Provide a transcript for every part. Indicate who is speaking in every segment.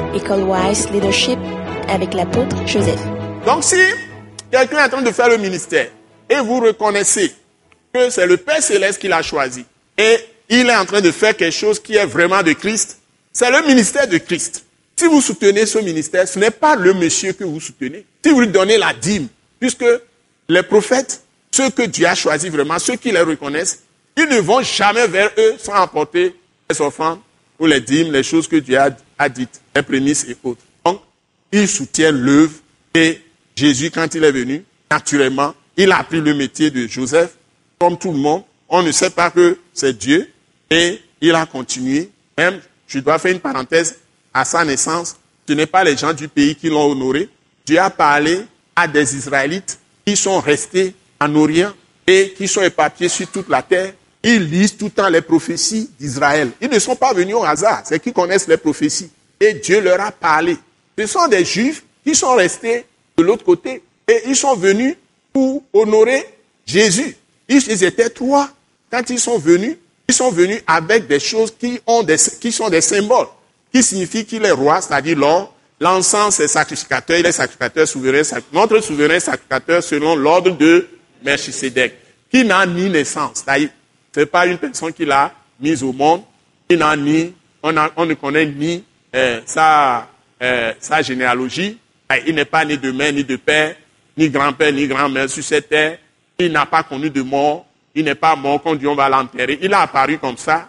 Speaker 1: École Wise Leadership avec l'apôtre Joseph.
Speaker 2: Donc si quelqu'un est en train de faire le ministère et vous reconnaissez que c'est le Père Céleste qui l'a choisi et il est en train de faire quelque chose qui est vraiment de Christ, c'est le ministère de Christ. Si vous soutenez ce ministère, ce n'est pas le monsieur que vous soutenez. Si vous lui donnez la dîme, puisque les prophètes, ceux que Dieu a choisis vraiment, ceux qui les reconnaissent, ils ne vont jamais vers eux sans apporter les offrandes ou les dîmes, les choses que Dieu a dites, les prémices et autres. Donc, ils soutiennent l'œuvre et Jésus, quand il est venu, naturellement, il a appris le métier de Joseph, comme tout le monde. On ne sait pas que c'est Dieu et il a continué. Même, je dois faire une parenthèse, à sa naissance, ce n'est pas les gens du pays qui l'ont honoré. Dieu a parlé à des Israélites qui sont restés en Orient et qui sont éparpillés sur toute la terre. Ils lisent tout le temps les prophéties d'Israël. Ils ne sont pas venus au hasard, c'est qu'ils connaissent les prophéties. Et Dieu leur a parlé. Ce sont des Juifs qui sont restés de l'autre côté et ils sont venus pour honorer Jésus. Ils étaient trois. Quand ils sont venus avec des choses qui sont des symboles, qui signifient qu'il est roi, c'est-à-dire l'or. L'encens est sacrificateur, il est sacrificateur souverain, notre souverain sacrificateur selon l'ordre de Melchisédek, qui n'a ni naissance, c'est-à-dire ce n'est pas une personne qui l'a mise au monde, on ne connaît ni sa généalogie, il n'est pas né de mère, ni de père, ni grand-père, ni grand-mère sur cette terre, il n'a pas connu de mort, il n'est pas mort quand Dieu va l'enterrer, il a apparu comme ça,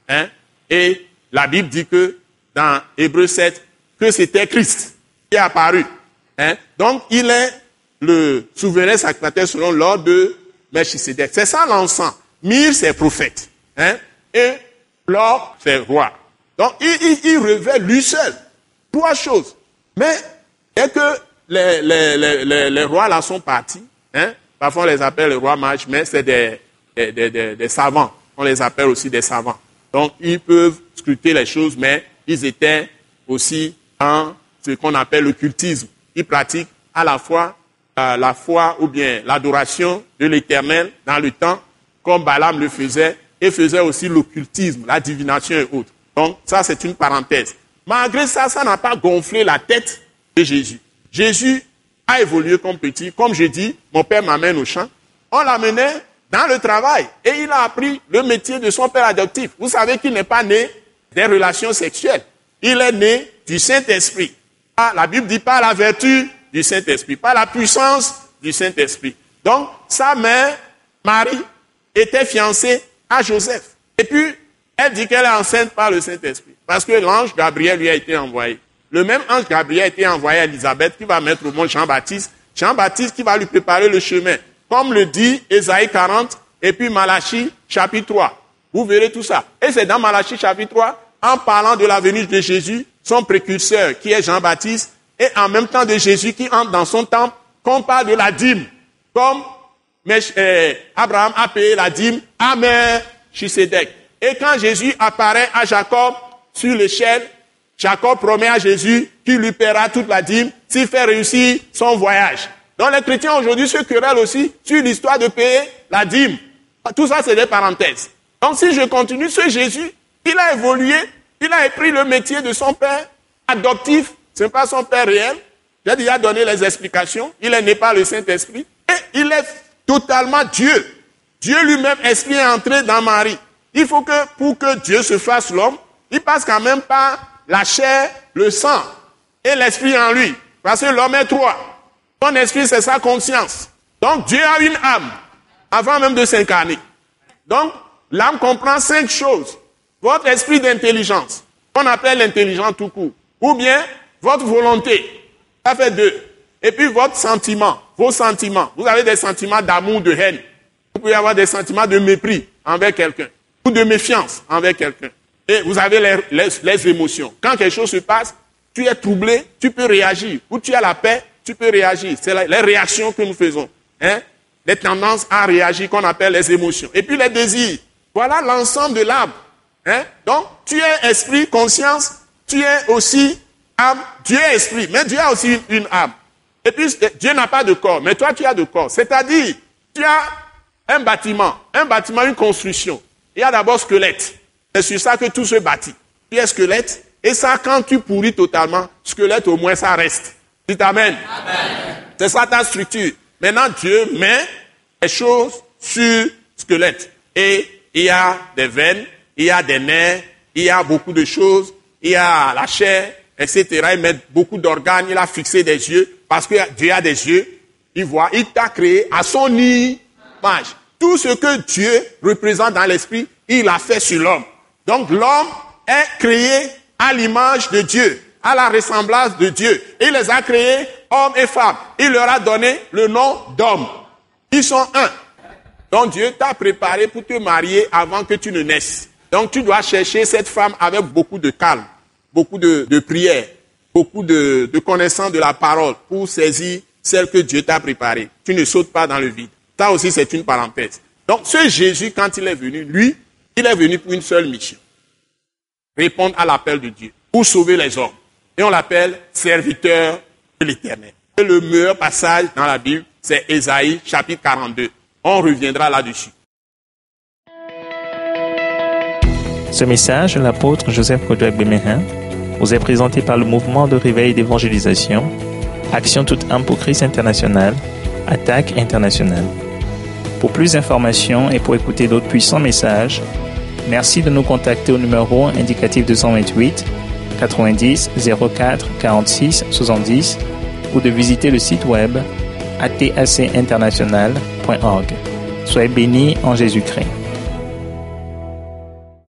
Speaker 2: et la Bible dit que dans Hébreux 7, que c'était Christ qui est apparu. Donc, il est le souverain sacrificateur selon l'ordre de Melchisédek. C'est ça l'encens. Myrrhe, c'est prophète. Et l'or, c'est roi. Donc, il revêt lui seul. Trois choses. Mais, dès que les rois là sont partis, parfois on les appelle les rois mages, mais c'est des savants. On les appelle aussi des savants. Donc, ils peuvent scruter les choses, mais ils étaient aussi en ce qu'on appelle le cultisme. Ils pratiquent à la fois la foi ou bien l'adoration de l'Éternel dans le temps, comme Balaam le faisait, et faisait aussi l'occultisme, la divination et autres. Donc, ça, c'est une parenthèse. Malgré ça, ça n'a pas gonflé la tête de Jésus. Jésus a évolué comme petit. Comme je dis, mon père m'amène au champ. On l'amenait dans le travail et il a appris le métier de son père adoptif. Vous savez qu'il n'est pas né des relations sexuelles. Il est né du Saint-Esprit. La Bible dit pas la vertu du Saint-Esprit, pas la puissance du Saint-Esprit. Donc, sa mère, Marie, était fiancée à Joseph. Et puis, elle dit qu'elle est enceinte par le Saint-Esprit. Parce que l'ange Gabriel lui a été envoyé. Le même ange Gabriel a été envoyé à Élisabeth qui va mettre au monde Jean-Baptiste. Jean-Baptiste qui va lui préparer le chemin. Comme le dit Ésaïe 40 et puis Malachie chapitre 3. Vous verrez tout ça. Et c'est dans Malachie chapitre 3, en parlant de la venue de Jésus, son précurseur qui est Jean-Baptiste, et en même temps de Jésus qui entre dans son temple, qu'on parle de la dîme. Comme Abraham a payé la dîme à Melchisédek. Et quand Jésus apparaît à Jacob sur l'échelle, Jacob promet à Jésus qu'il lui paiera toute la dîme s'il fait réussir son voyage. Donc les chrétiens aujourd'hui se querellent aussi sur l'histoire de payer la dîme. Tout ça, c'est des parenthèses. Donc si je continue, ce Jésus, il a évolué, il a pris le métier de son père adoptif, ce n'est pas son père réel. J'ai déjà donné les explications. Il est né par le Saint-Esprit. Et il est totalement Dieu. Dieu lui-même, esprit, est entré dans Marie. Il faut que, pour que Dieu se fasse l'homme, il passe quand même par la chair, le sang et l'esprit en lui. Parce que l'homme est trois. Son esprit, c'est sa conscience. Donc, Dieu a une âme, avant même de s'incarner. Donc, l'âme comprend 5 choses. Votre esprit d'intelligence, qu'on appelle l'intelligence tout court. Ou bien, votre volonté, ça fait 2. Et puis, votre sentiment, vos sentiments. Vous avez des sentiments d'amour, de haine. Vous pouvez avoir des sentiments de mépris envers quelqu'un. Ou de méfiance envers quelqu'un. Et vous avez les émotions. Quand quelque chose se passe, tu es troublé, tu peux réagir. Ou tu as la paix, tu peux réagir. C'est les réactions que nous faisons. Les tendances à réagir qu'on appelle les émotions. Et puis les désirs. Voilà l'ensemble de l'âme. Donc, tu es esprit, conscience, tu es aussi âme. Dieu est esprit, mais Dieu a aussi une âme. Et puis, Dieu n'a pas de corps, mais toi, tu as de corps. C'est-à-dire, tu as un bâtiment, une construction. Il y a d'abord squelette. C'est sur ça que tout se bâtit. Tu es squelette, Et ça, quand tu pourris totalement, squelette, au moins, ça reste. Dites Amen. Amen. C'est ça ta structure. Maintenant, Dieu met les choses sur squelette. Et il y a des veines, il y a des nerfs, il y a beaucoup de choses, il y a la chair, etc. Il met beaucoup d'organes, il a fixé des yeux, parce que Dieu a des yeux, il voit, il t'a créé à son image. Tout ce que Dieu représente dans l'esprit, il l'a fait sur l'homme. Donc l'homme est créé à l'image de Dieu, à la ressemblance de Dieu. Il les a créés, hommes et femmes. Il leur a donné le nom d'homme. Ils sont un. Donc Dieu t'a préparé pour te marier avant que tu ne naisses. Donc tu dois chercher cette femme avec beaucoup de calme, beaucoup de prière, beaucoup de connaissance de la parole pour saisir celle que Dieu t'a préparée. Tu ne sautes pas dans le vide. Ça aussi, c'est une parenthèse. Donc ce Jésus, quand il est venu, lui, il est venu pour une seule mission. Répondre à l'appel de Dieu, pour sauver les hommes. Et on l'appelle serviteur de l'Éternel. Et le meilleur passage dans la Bible, c'est Ésaïe, chapitre 42. On reviendra là-dessus.
Speaker 3: Ce message de l'apôtre Joseph Kodouak Bemehin vous est présenté par le mouvement de réveil d'évangélisation, Action toute âme pour Christ international, Attaque internationale. Pour plus d'informations et pour écouter d'autres puissants messages, merci de nous contacter au numéro indicatif 228 90 04 46 70 ou de visiter le site web atacinternational.org. Soyez bénis en Jésus-Christ.